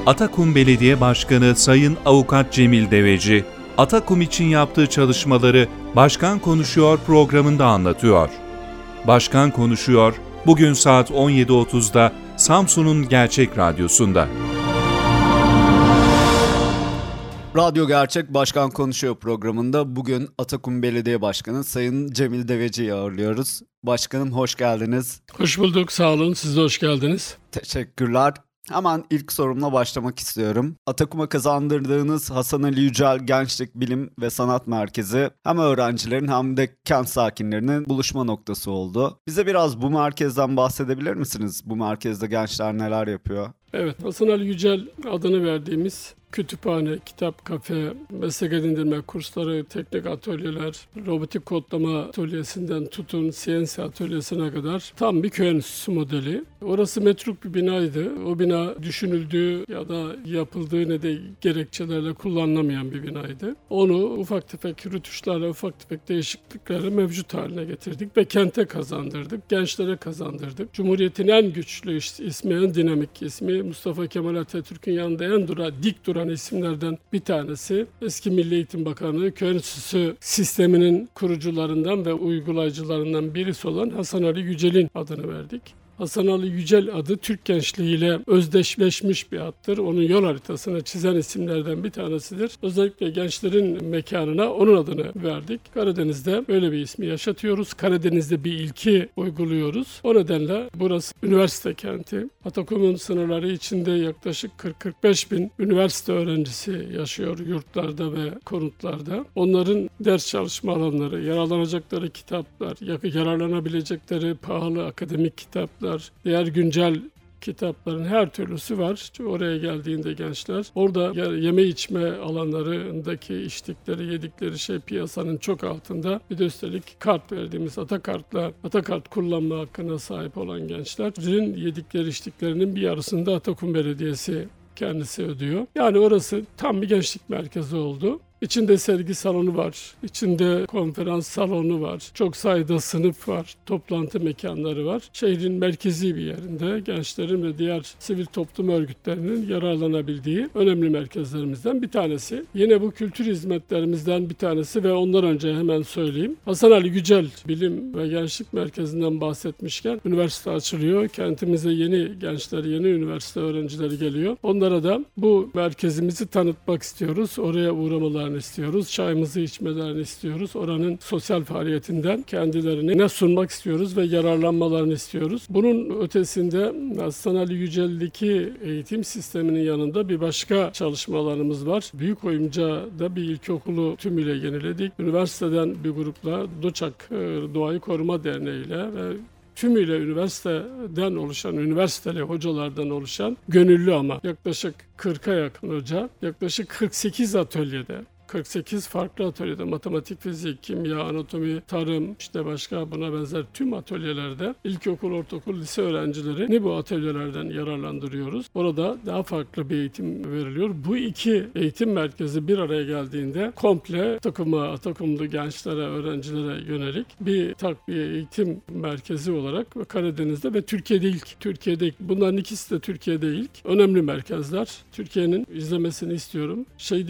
Atakum Belediye Başkanı Sayın Avukat Cemil Deveci, Atakum için yaptığı çalışmaları Başkan Konuşuyor programında anlatıyor. Başkan Konuşuyor, bugün saat 17.30'da Samsun'un Gerçek Radyosu'nda. Radyo Gerçek Başkan Konuşuyor programında bugün Atakum Belediye Başkanı Sayın Cemil Deveci'yi ağırlıyoruz. Başkanım hoş geldiniz. Hoş bulduk, sağ olun. Siz de hoş geldiniz. Teşekkürler. Hemen ilk sorumla başlamak istiyorum. Atakum'a kazandırdığınız Hasan Ali Yücel Gençlik Bilim ve Sanat Merkezi hem öğrencilerin hem de kent sakinlerinin buluşma noktası oldu. Bize biraz bu merkezden bahsedebilir misiniz? Bu merkezde gençler neler yapıyor? Evet, Hasan Ali Yücel adını verdiğimiz kütüphane, kitap kafe, meslek edindirme kursları, teknik atölyeler, robotik kodlama atölyesinden tutun CNC atölyesine kadar tam bir köy enstitüsü modeli. Orası metruk bir binaydı. O bina düşünüldüğü ya da yapıldığı ne de gerekçelerle kullanılamayan bir binaydı. Onu ufak tefek rütuşlarla, ufak tefek değişikliklerle mevcut haline getirdik ve kente kazandırdık, gençlere kazandırdık. Cumhuriyet'in en güçlü ismi, en dinamik ismi, Mustafa Kemal Atatürk'ün yanında en dik duran isimlerden bir tanesi. Eski Milli Eğitim Bakanı, köy enstitüsü sisteminin kurucularından ve uygulayıcılarından birisi olan Hasan Ali Yücel'in adını verdik. Hasan Ali Yücel adı Türk gençliğiyle özdeşleşmiş bir addır. Onun yol haritasını çizen isimlerden bir tanesidir. Özellikle gençlerin mekanına onun adını verdik. Karadeniz'de böyle bir ismi yaşatıyoruz. Karadeniz'de bir ilki uyguluyoruz. O nedenle burası üniversite kenti. Atakum'un sınırları içinde yaklaşık 40-45 bin üniversite öğrencisi yaşıyor yurtlarda ve konutlarda. Onların ders çalışma alanları, yararlanacakları kitaplar, yararlanabilecekleri pahalı akademik kitaplar, diğer güncel kitapların her türlüsü var. Oraya geldiğinde gençler orada yeme içme alanlarındaki içtikleri, yedikleri piyasanın çok altında. Bir de üstelik kart verdiğimiz Atakart kullanma hakkına sahip olan gençlerin yedikleri içtiklerinin bir yarısını da Atakum Belediyesi kendisi ödüyor. Yani orası tam bir gençlik merkezi oldu. İçinde sergi salonu var, içinde konferans salonu var, çok sayıda sınıf var, toplantı mekanları var. Şehrin merkezi bir yerinde gençlerin ve diğer sivil toplum örgütlerinin yararlanabildiği önemli merkezlerimizden bir tanesi. Yine bu kültür hizmetlerimizden bir tanesi ve ondan önce hemen söyleyeyim. Hasan Ali Yücel Bilim ve Gençlik Merkezi'nden bahsetmişken üniversite açılıyor. Kentimize yeni gençler, yeni üniversite öğrencileri geliyor. Onlara da bu merkezimizi tanıtmak istiyoruz. Oraya uğramalarını istiyoruz. Çayımızı içmelerini istiyoruz. Oranın sosyal faaliyetinden kendilerine sunmak istiyoruz ve yararlanmalarını istiyoruz. Bunun ötesinde Hasan Ali Yücel'deki eğitim sisteminin yanında bir başka çalışmalarımız var. Büyükuyumca'da bir ilkokulu tümüyle yeniledik. Üniversiteden bir grupla DOÇAK Doğayı Koruma Derneği ile ve tümüyle üniversiteden oluşan, üniversiteli hocalardan oluşan gönüllü ama yaklaşık 40'a yakın hoca, yaklaşık 48 atölyede, 48 farklı atölyede matematik, fizik, kimya, anatomi, tarım, başka buna benzer tüm atölyelerde ilkokul, ortaokul, lise öğrencilerini bu atölyelerden yararlandırıyoruz. Orada daha farklı bir eğitim veriliyor. Bu iki eğitim merkezi bir araya geldiğinde komple Atakumlu gençlere, öğrencilere yönelik bir takviye eğitim merkezi olarak Karadeniz'de ve Türkiye'de bunların ikisi de Türkiye'de ilk önemli merkezler. Türkiye'nin izlemesini istiyorum.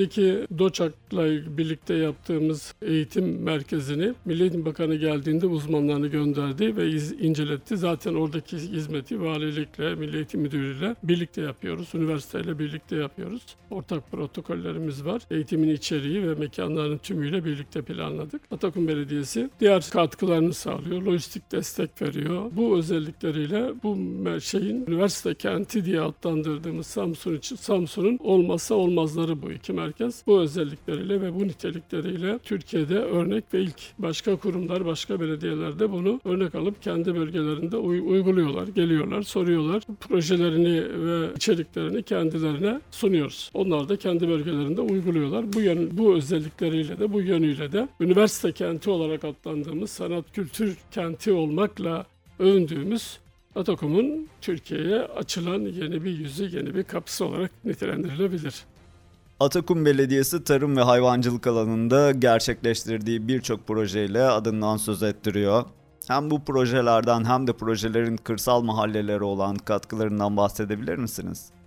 DOÇAK'la birlikte yaptığımız eğitim merkezini Milli Eğitim Bakanı geldiğinde uzmanlarını gönderdi ve inceletti. Zaten oradaki hizmeti valilikle, Milli Eğitim Müdürlüğü'yle birlikte yapıyoruz. Üniversiteyle birlikte yapıyoruz. Ortak protokollerimiz var. Eğitimin içeriği ve mekanların tümüyle birlikte planladık. Atakum Belediyesi diğer katkılarını sağlıyor. Lojistik destek veriyor. Bu özellikleriyle bu üniversite kenti diye adlandırdığımız Samsun'un olmazsa olmazları bu iki merkez. Bu özellikleriyle ve bu nitelikleriyle Türkiye'de örnek ve ilk. Başka kurumlar, başka belediyelerde bunu örnek alıp kendi bölgelerinde uyguluyorlar, geliyorlar, soruyorlar. Projelerini ve içeriklerini kendilerine sunuyoruz. Onlar da kendi bölgelerinde uyguluyorlar. Bu özellikleriyle de, bu yönüyle de üniversite kenti olarak adlandığımız sanat kültür kenti olmakla övündüğümüz Atakum'un Türkiye'ye açılan yeni bir yüzü, yeni bir kapısı olarak nitelendirilebilir. Atakum Belediyesi tarım ve hayvancılık alanında gerçekleştirdiği birçok projeyle adından söz ettiriyor. Hem bu projelerden hem de projelerin kırsal mahallelere olan katkılarından bahsedebilir misiniz?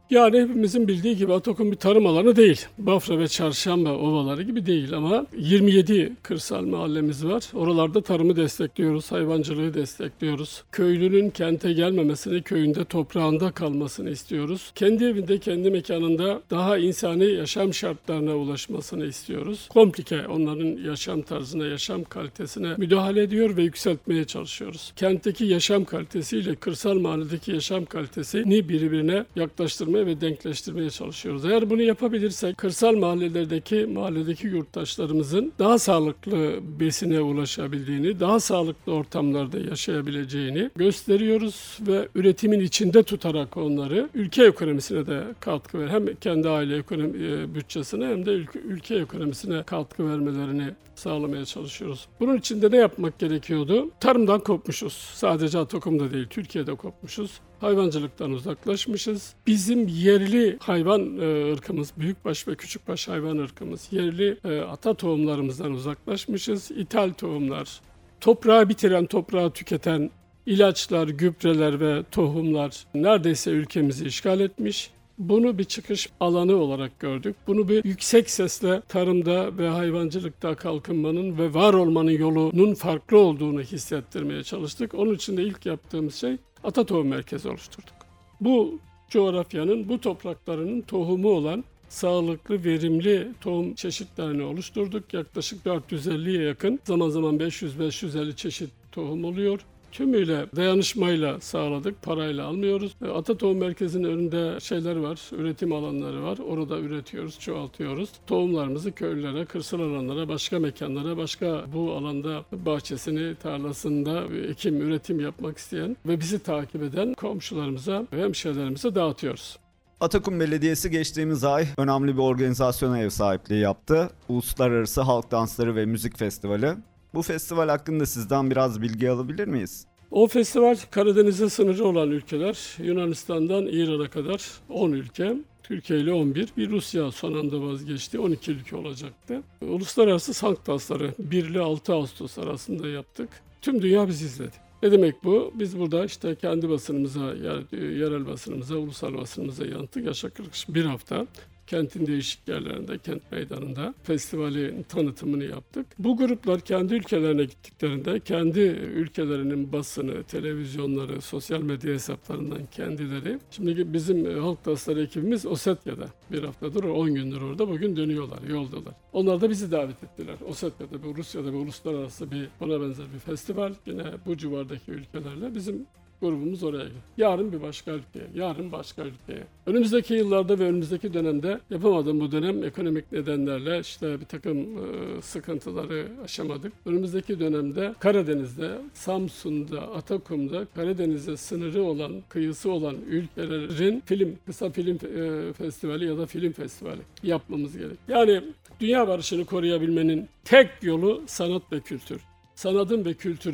Yani hepimizin bildiği gibi Atakum bir tarım alanı değil. Bafra ve Çarşamba ovaları gibi değil ama 27 kırsal mahallemiz var. Oralarda tarımı destekliyoruz, hayvancılığı destekliyoruz. Köylünün kente gelmemesini, köyünde, toprağında kalmasını istiyoruz. Kendi evinde, kendi mekanında daha insani yaşam şartlarına ulaşmasını istiyoruz. Komplike onların yaşam tarzına, yaşam kalitesine müdahale ediyor ve yükseltmeye çalışıyoruz. Kentteki yaşam kalitesiyle kırsal mahalledeki yaşam kalitesini birbirine yaklaştırmaya ve denkleştirmeye çalışıyoruz. Eğer bunu yapabilirsek kırsal mahalledeki yurttaşlarımızın daha sağlıklı besine ulaşabildiğini, daha sağlıklı ortamlarda yaşayabileceğini gösteriyoruz ve üretimin içinde tutarak onları ülke ekonomisine de katkı ver. Hem kendi aile bütçesine hem de ülke ekonomisine katkı vermelerini sağlamaya çalışıyoruz. Bunun için de ne yapmak gerekiyordu? Tarımdan kopmuşuz. Sadece Atakum'da değil, Türkiye'de kopmuşuz. Hayvancılıktan uzaklaşmışız. Bizim yerli hayvan ırkımız, büyükbaş ve küçükbaş hayvan ırkımız, yerli ata tohumlarımızdan uzaklaşmışız. İthal tohumlar, toprağı bitiren, toprağı tüketen ilaçlar, gübreler ve tohumlar neredeyse ülkemizi işgal etmiş. Bunu bir çıkış alanı olarak gördük. Bunu bir yüksek sesle tarımda ve hayvancılıkta kalkınmanın ve var olmanın yolunun farklı olduğunu hissettirmeye çalıştık. Onun için de ilk yaptığımız şey ata tohum merkezi oluşturduk. Bu coğrafyanın, bu topraklarının tohumu olan sağlıklı, verimli tohum çeşitlerini oluşturduk. Yaklaşık 450'ye yakın, zaman zaman 500-550 çeşit tohum oluyor. Tümüyle dayanışmayla sağladık, parayla almıyoruz. Ata Tohum Merkezi'nin önünde şeyler var, üretim alanları var. Orada üretiyoruz, çoğaltıyoruz. Tohumlarımızı köylülere, kırsal alanlara, başka mekanlara, başka bu alanda bahçesini, tarlasında ekim, üretim yapmak isteyen ve bizi takip eden komşularımıza ve hemşehrilerimize dağıtıyoruz. Atakum Belediyesi geçtiğimiz ay önemli bir organizasyona ev sahipliği yaptı. Uluslararası Halk Dansları ve Müzik Festivali. Bu festival hakkında sizden biraz bilgi alabilir miyiz? O festival Karadeniz'e sınırı olan ülkeler, Yunanistan'dan İran'a kadar 10 ülke, Türkiye ile 11, bir Rusya son anda vazgeçti, 12 ülke olacaktı. Uluslararası Halk Dansları 1 ile 6 Ağustos arasında yaptık. Tüm dünya bizi izledi. Ne demek bu? Biz burada işte kendi basınımıza, yerel basınımıza, ulusal basınımıza yansıttık. Yaklaşık bir hafta kentin değişik yerlerinde, kent meydanında festivalin tanıtımını yaptık. Bu gruplar kendi ülkelerine gittiklerinde kendi ülkelerinin basını, televizyonları, sosyal medya hesaplarından kendileri. Şimdi bizim Halk Dansları ekibimiz Osetya'da. Bir haftadır, 10 gündür orada. Bugün dönüyorlar, yoldalar. Onlar da bizi davet ettiler. Osetya'da, bu Rusya'da bir uluslararası ona benzer bir festival. Yine bu civardaki ülkelerle bizim grubumuz oraya gidiyor. Yarın bir başka ülkeye, yarın başka ülkeye. Önümüzdeki yıllarda ve önümüzdeki dönemde yapamadığım bu dönem ekonomik nedenlerle işte bir takım sıkıntıları aşamadık. Önümüzdeki dönemde Karadeniz'de, Samsun'da, Atakum'da Karadeniz'e sınırı olan, kıyısı olan ülkelerin kısa film festivali ya da film festivali yapmamız gerek. Yani dünya barışını koruyabilmenin tek yolu sanat ve kültür. Sanatın,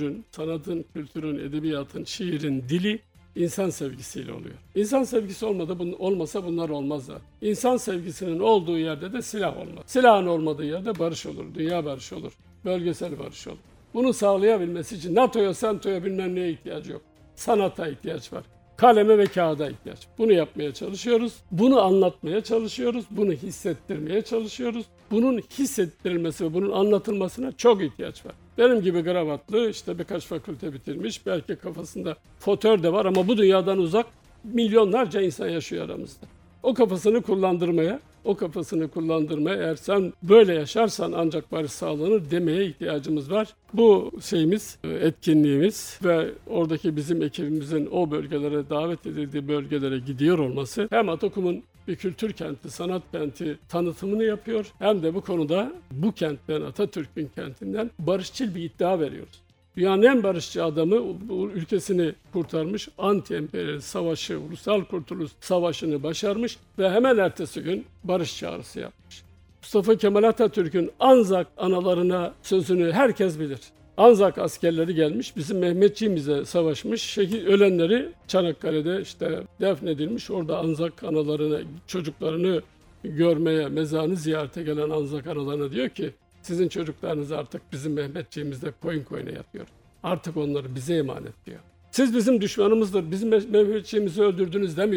edebiyatın, şiirin dili insan sevgisiyle oluyor. İnsan sevgisi olmasa bunlar olmazlar. İnsan sevgisinin olduğu yerde de silah olmaz. Silahın olmadığı yerde barış olur, dünya barışı olur, bölgesel barış olur. Bunu sağlayabilmesi için NATO'ya, SENTO'ya bilmem neye ihtiyacı yok. Sanata ihtiyaç var. Kaleme ve kağıda ihtiyaç. Bunu yapmaya çalışıyoruz. Bunu anlatmaya çalışıyoruz. Bunu hissettirmeye çalışıyoruz. Bunun hissettirilmesi ve bunun anlatılmasına çok ihtiyaç var. Benim gibi gravatlı, işte birkaç fakülte bitirmiş, belki kafasında fotör de var ama bu dünyadan uzak milyonlarca insan yaşıyor aramızda. O kafasını kullandırmaya eğer sen böyle yaşarsan ancak barış sağlanır demeye ihtiyacımız var. Bu etkinliğimiz ve oradaki bizim ekibimizin o bölgelere davet edildiği bölgelere gidiyor olması hem Atakum'un bir kültür kenti, sanat kenti tanıtımını yapıyor hem de bu konuda bu kentten, Atatürk'ün kentinden barışçıl bir iddia veriyoruz. Dünyanın en barışçı adamı bu ülkesini kurtarmış, anti-emperyalist savaşı, ulusal kurtuluş savaşını başarmış ve hemen ertesi gün barış çağrısı yapmış. Mustafa Kemal Atatürk'ün Anzak analarına sözünü herkes bilir. Anzak askerleri gelmiş, bizim Mehmetçiğimize savaşmış, ölenleri Çanakkale'de işte defnedilmiş. Orada Anzak analarına, çocuklarını görmeye, mezarını ziyarete gelen Anzak analarına diyor ki, sizin çocuklarınız artık bizim Mehmetçiğimizde koyun koyuna yatıyor. Artık onları bize emanet diyor. Siz bizim düşmanımızdır, bizim Mehmetçiğimizi öldürdünüz demiyor.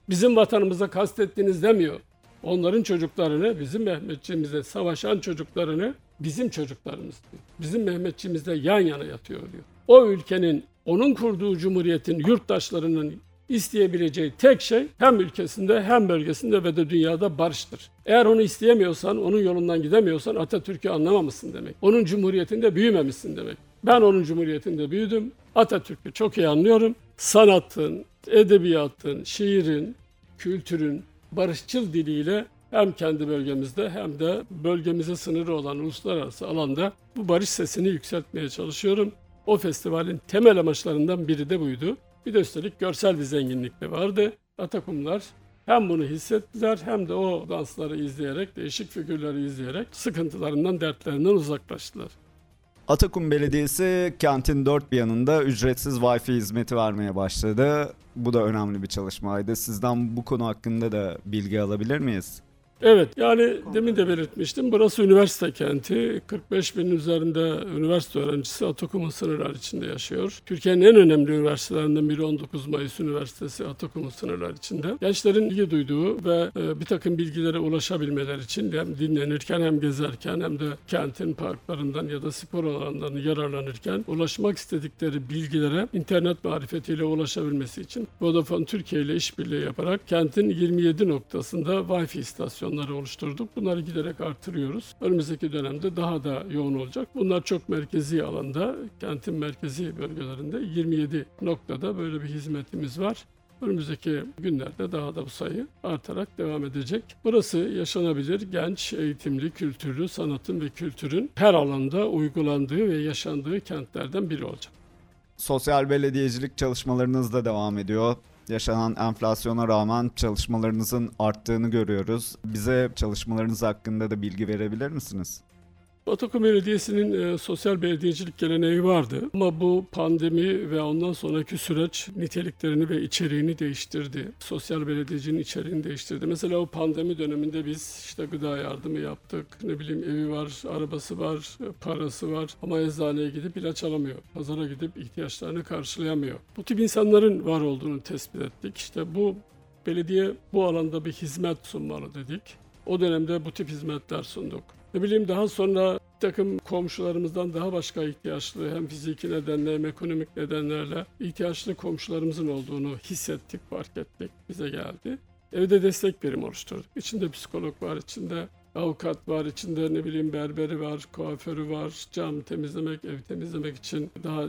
Bizim vatanımıza kastettiğiniz demiyor. Onların çocuklarını, bizim Mehmetçiğimizle savaşan çocuklarını bizim çocuklarımız diyor. Bizim Mehmetçiğimizle yan yana yatıyor diyor. O ülkenin, onun kurduğu cumhuriyetin yurttaşlarının isteyebileceği tek şey hem ülkesinde hem bölgesinde ve de dünyada barıştır. Eğer onu isteyemiyorsan, onun yolundan gidemiyorsan Atatürk'ü anlamamışsın demek. Onun cumhuriyetinde büyümemişsin demek. Ben onun cumhuriyetinde büyüdüm. Atatürk'ü çok iyi anlıyorum. Sanatın, edebiyatın, şiirin, kültürün barışçıl diliyle hem kendi bölgemizde hem de bölgemize sınırı olan uluslararası alanda bu barış sesini yükseltmeye çalışıyorum. O festivalin temel amaçlarından biri de buydu. Bir de üstelik görsel bir zenginlik de vardı. Atakumlar hem bunu hissettiler hem de o dansları izleyerek, değişik figürleri izleyerek sıkıntılarından, dertlerinden uzaklaştılar. Atakum Belediyesi kentin dört bir yanında ücretsiz Wi-Fi hizmeti vermeye başladı. Bu da önemli bir çalışmaydı. Sizden bu konu hakkında da bilgi alabilir miyiz? Evet, yani demin de belirtmiştim. Burası üniversite kenti. 45 binin üzerinde üniversite öğrencisi Atakum'un sınırları içinde yaşıyor. Türkiye'nin en önemli üniversitelerinden biri 19 Mayıs Üniversitesi Atakum'un sınırları içinde. Gençlerin ilgi duyduğu ve bir takım bilgilere ulaşabilmeleri için hem dinlenirken hem gezerken hem de kentin parklarından ya da spor alanlarından yararlanırken ulaşmak istedikleri bilgilere internet marifetiyle ulaşabilmesi için Vodafone Türkiye ile işbirliği yaparak kentin 27 noktasında Wi-Fi istasyonu oluşturduk. Bunları giderek artırıyoruz. Önümüzdeki dönemde daha da yoğun olacak. Bunlar çok merkezi alanda, kentin merkezi bölgelerinde 27 noktada böyle bir hizmetimiz var. Önümüzdeki günlerde daha da bu sayı artarak devam edecek. Burası yaşanabilir, genç, eğitimli, kültürlü, sanatın ve kültürün her alanda uygulandığı ve yaşandığı kentlerden biri olacak. Sosyal belediyecilik çalışmalarınız da devam ediyor. Yaşanan enflasyona rağmen çalışmalarınızın arttığını görüyoruz. Bize çalışmalarınız hakkında da bilgi verebilir misiniz? Atakum Belediyesi'nin sosyal belediyecilik geleneği vardı. Ama bu pandemi ve ondan sonraki süreç niteliklerini ve içeriğini değiştirdi. Sosyal belediyeciliğin içeriğini değiştirdi. Mesela o pandemi döneminde biz işte gıda yardımı yaptık. Evi var, arabası var, parası var ama eczaneye gidip ilaç alamıyor. Pazara gidip ihtiyaçlarını karşılayamıyor. Bu tip insanların var olduğunu tespit ettik. İşte bu belediye bu alanda bir hizmet sunmalı dedik. O dönemde bu tip hizmetler sunduk. Daha sonra bir takım komşularımızdan daha başka ihtiyaçlı hem fiziki nedenle hem ekonomik nedenlerle ihtiyaçlı komşularımızın olduğunu hissettik, fark ettik, bize geldi. Evde destek birimi oluşturduk. İçinde psikolog var, içinde avukat var, içinde berberi var, kuaförü var, cam temizlemek, ev temizlemek için daha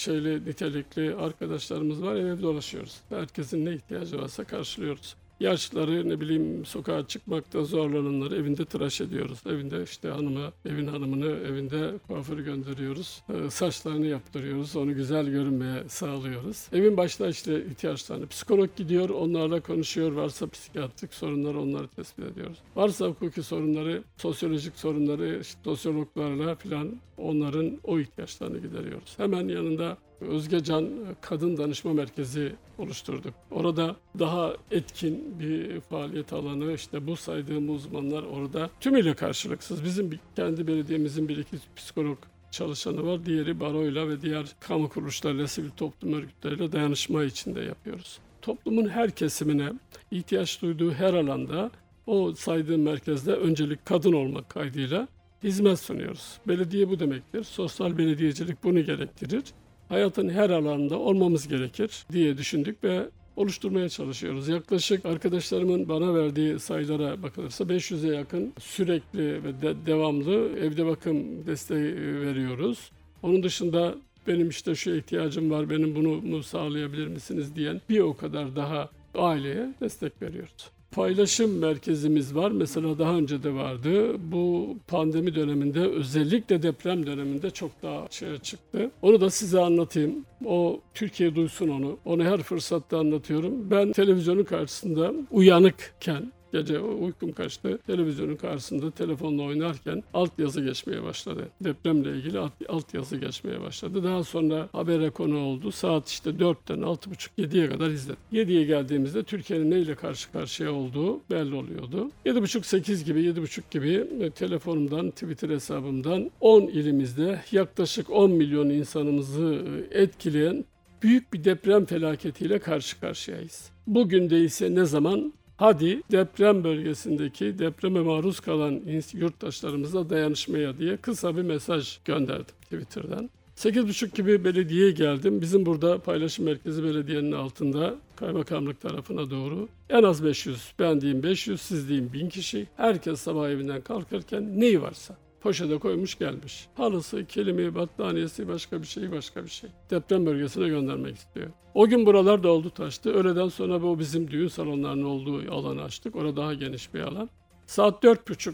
nitelikli arkadaşlarımız var. Eve dolaşıyoruz. Herkesin ne ihtiyacı varsa karşılıyoruz. Yaşlıları sokağa çıkmakta zorlananları evinde tıraş ediyoruz. Evinde evin hanımını evinde kuaförü gönderiyoruz. Saçlarını yaptırıyoruz. Onu güzel görünmeye sağlıyoruz. Evin başta ihtiyaçlarını. Psikolog gidiyor, onlarla konuşuyor. Varsa psikiyatrik sorunları onları tespit ediyoruz. Varsa hukuki sorunları, sosyolojik sorunları sosyologlarla onların o ihtiyaçlarını gideriyoruz. Hemen yanında Özgecan Kadın Danışma Merkezi oluşturduk. Orada daha etkin bir faaliyet alanı, bu saydığım uzmanlar orada tümüyle karşılıksız. Bizim kendi belediyemizin bir iki psikolog çalışanı var. Diğeri baroyla ve diğer kamu kuruluşlarıyla, sivil toplum örgütleriyle dayanışma içinde yapıyoruz. Toplumun her kesimine ihtiyaç duyduğu her alanda o saydığım merkezde öncelik kadın olmak kaydıyla hizmet sunuyoruz. Belediye bu demektir. Sosyal belediyecilik bunu gerektirir. Hayatın her alanında olmamız gerekir diye düşündük ve oluşturmaya çalışıyoruz. Yaklaşık arkadaşlarımın bana verdiği sayılara bakılırsa 500'e yakın sürekli ve devamlı evde bakım desteği veriyoruz. Onun dışında benim şu ihtiyacım var, benim bunu sağlayabilir misiniz diyen bir o kadar daha aileye destek veriyoruz. Paylaşım merkezimiz var. Mesela daha önce de vardı. Bu pandemi döneminde özellikle deprem döneminde çok daha çıktı. Onu da size anlatayım. Türkiye duysun onu. Onu her fırsatta anlatıyorum. Ben televizyonun karşısında uyanıkken, gece uykum kaçtı, televizyonun karşısında telefonla oynarken altyazı geçmeye başladı. Depremle ilgili altyazı geçmeye başladı. Daha sonra habere konu oldu. Saat 4'ten 6.30-7'ye kadar izledim. 7'ye geldiğimizde Türkiye'nin neyle karşı karşıya olduğu belli oluyordu. 7.30 gibi telefonumdan, Twitter hesabımdan 10 ilimizde yaklaşık 10 milyon insanımızı etkileyen büyük bir deprem felaketiyle karşı karşıyayız. Bugün de ise ne zaman? Hadi deprem bölgesindeki depreme maruz kalan yurttaşlarımıza dayanışmaya diye kısa bir mesaj gönderdim Twitter'dan. 8.30 gibi belediyeye geldim. Bizim burada paylaşım merkezi belediyenin altında kaymakamlık tarafına doğru en az 500, ben diyeyim 500, siz diyeyim 1000 kişi. Herkes sabah evinden kalkarken neyi varsa poşete koymuş gelmiş. Halısı, kilimi, battaniyesi, başka bir şey. Deprem bölgesine göndermek istiyor. O gün buralar doldu taştı. Öğleden sonra bu bizim düğün salonlarının olduğu alanı açtık. Orada daha geniş bir alan. Saat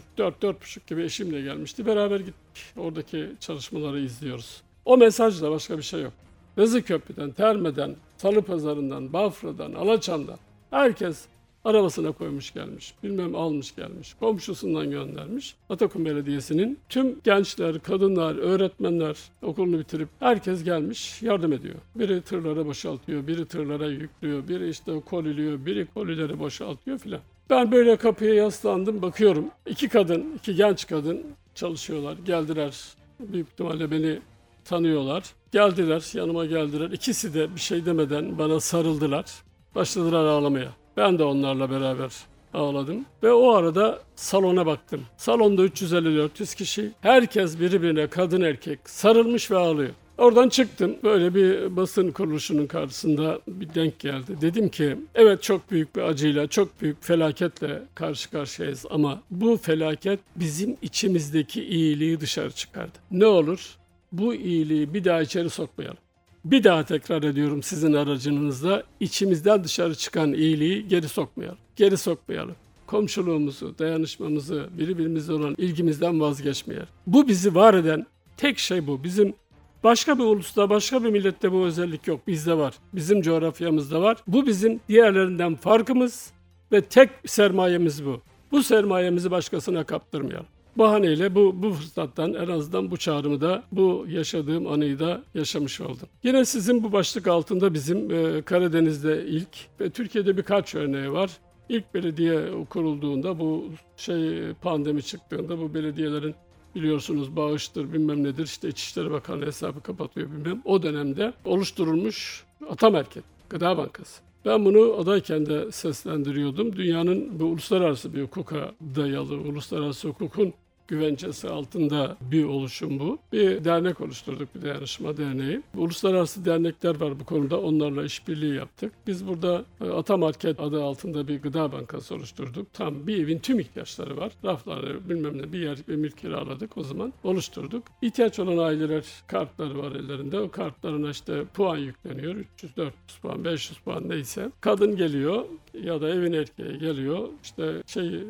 4.30 gibi eşimle gelmişti. Beraber gittik. Oradaki çalışmaları izliyoruz. O mesajla başka bir şey yok. Vezirköprü'den, Terme'den, Salıpazarı'ndan, Bafra'dan, Alaçam'dan herkes arabasına koymuş gelmiş. Bilmem almış gelmiş. Komşusundan göndermiş. Atakum Belediyesi'nin tüm gençler, kadınlar, öğretmenler okulunu bitirip herkes gelmiş yardım ediyor. Biri tırlara boşaltıyor, biri tırlara yüklüyor, biri işte koliliyor, biri kolileri boşaltıyor filan. Ben böyle kapıya yaslandım, bakıyorum. İki genç kadın çalışıyorlar. Geldiler. Büyük ihtimalle beni tanıyorlar. Geldiler, yanıma geldiler. İkisi de bir şey demeden bana sarıldılar. Başladılar ağlamaya. Ben de onlarla beraber ağladım. Ve o arada salona baktım. Salonda 350-400 kişi. Herkes birbirine, kadın erkek, sarılmış ve ağlıyor. Oradan çıktım. Böyle bir basın kuruluşunun karşısında bir denk geldi. Dedim ki evet, çok büyük bir acıyla, çok büyük felaketle karşı karşıyayız ama bu felaket bizim içimizdeki iyiliği dışarı çıkardı. Ne olur bu iyiliği bir daha içeri sokmayalım. Bir daha tekrar ediyorum, sizin aracınızla içimizden dışarı çıkan iyiliği geri sokmayalım. Komşuluğumuzu, dayanışmamızı, birbirimize olan ilgimizden vazgeçmeyelim. Bu bizi var eden tek şey bu. Bizim başka bir ulusta, başka bir millette bu özellik yok. Bizde var. Bizim coğrafyamızda var. Bu bizim diğerlerinden farkımız ve tek sermayemiz bu. Bu sermayemizi başkasına kaptırmayalım. Bahaneyle bu fırsattan en azından bu çağrımı da, bu yaşadığım anıyı da yaşamış oldum. Yine sizin bu başlık altında bizim Karadeniz'de ilk ve Türkiye'de birkaç örneği var. İlk belediye kurulduğunda, bu pandemi çıktığında bu belediyelerin biliyorsunuz bağıştır bilmem nedir, işte İçişleri Bakanlığı hesabı kapatıyor bilmem. O dönemde oluşturulmuş Atamerkez, Gıda Bankası. Ben bunu adayken de seslendiriyordum. Dünyanın bu uluslararası bir hukuka dayalı, uluslararası hukukun güvencesi altında bir oluşum bu. Bir dernek oluşturduk, bir dayanışma derneği. Uluslararası dernekler var bu konuda, onlarla işbirliği yaptık. Biz burada Atamarket adı altında bir gıda bankası oluşturduk. Tam bir evin tüm ihtiyaçları var. Rafları bilmem ne, bir yer ve mülk kiraladık, o zaman oluşturduk. İhtiyaç olan aileler kartları var ellerinde. O kartlarına işte puan yükleniyor. 300, 400 puan, 500 puan neyse. Kadın geliyor ya da evin erkeği geliyor. İşte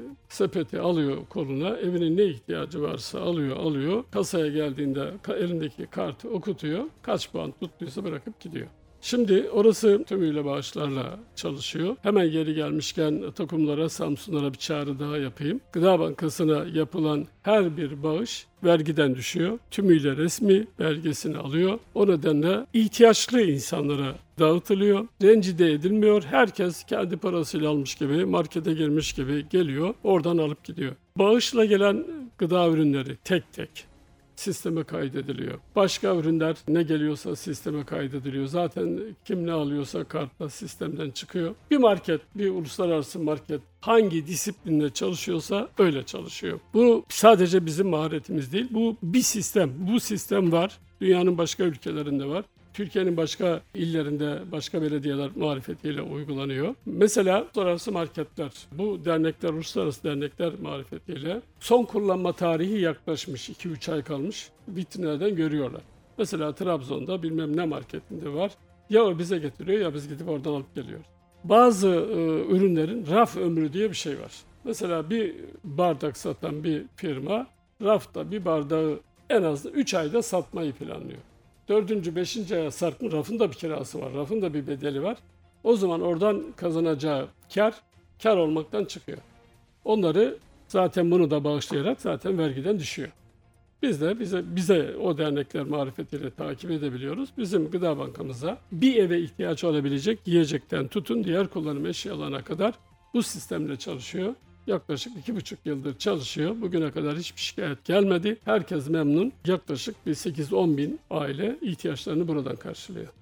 sepeti alıyor koluna. Evinin ne ihtiyacı varsa alıyor. Kasaya geldiğinde elindeki kartı okutuyor. Kaç puan tuttuysa bırakıp gidiyor. Şimdi orası tümüyle bağışlarla çalışıyor. Hemen geri gelmişken Atakumlara, Samsunlara bir çağrı daha yapayım. Gıda Bankası'na yapılan her bir bağış vergiden düşüyor. Tümüyle resmi belgesini alıyor. O nedenle ihtiyaçlı insanlara dağıtılıyor. Rencide edilmiyor. Herkes kendi parasıyla almış gibi, markete girmiş gibi geliyor. Oradan alıp gidiyor. Bağışla gelen gıda ürünleri tek tek sisteme kaydediliyor. Başka ürünler ne geliyorsa sisteme kaydediliyor. Zaten kim ne alıyorsa kartla sistemden çıkıyor. Bir market, bir uluslararası market hangi disiplinle çalışıyorsa öyle çalışıyor. Bu sadece bizim maharetimiz değil. Bu bir sistem. Bu sistem var. Dünyanın başka ülkelerinde var. Türkiye'nin başka illerinde, başka belediyeler marifetiyle uygulanıyor. Mesela uluslararası marketler, bu dernekler, uluslararası dernekler marifetiyle son kullanma tarihi yaklaşmış, 2-3 ay kalmış, vitrinlerden görüyorlar. Mesela Trabzon'da bilmem ne marketinde var. Ya o bize getiriyor ya biz gidip oradan alıp geliyoruz. Bazı ürünlerin raf ömrü diye bir şey var. Mesela bir bardak satan bir firma rafta bir bardağı en az 3 ayda satmayı planlıyor. 4. 5. aya sarkmış, rafın da bir kirası var, rafın da bir bedeli var. O zaman oradan kazanacağı kar olmaktan çıkıyor. Onları zaten bunu da bağışlayarak zaten vergiden düşüyor. Biz de bize o dernekler marifetiyle takip edebiliyoruz. Bizim gıda bankamıza bir eve ihtiyaç olabilecek yiyecekten tutun diğer kullanım eşyalarına kadar bu sistemle çalışıyor. Yaklaşık 2,5 yıldır çalışıyor. Bugüne kadar hiçbir şikayet gelmedi. Herkes memnun. Yaklaşık bir 8-10 bin aile ihtiyaçlarını buradan karşılıyor.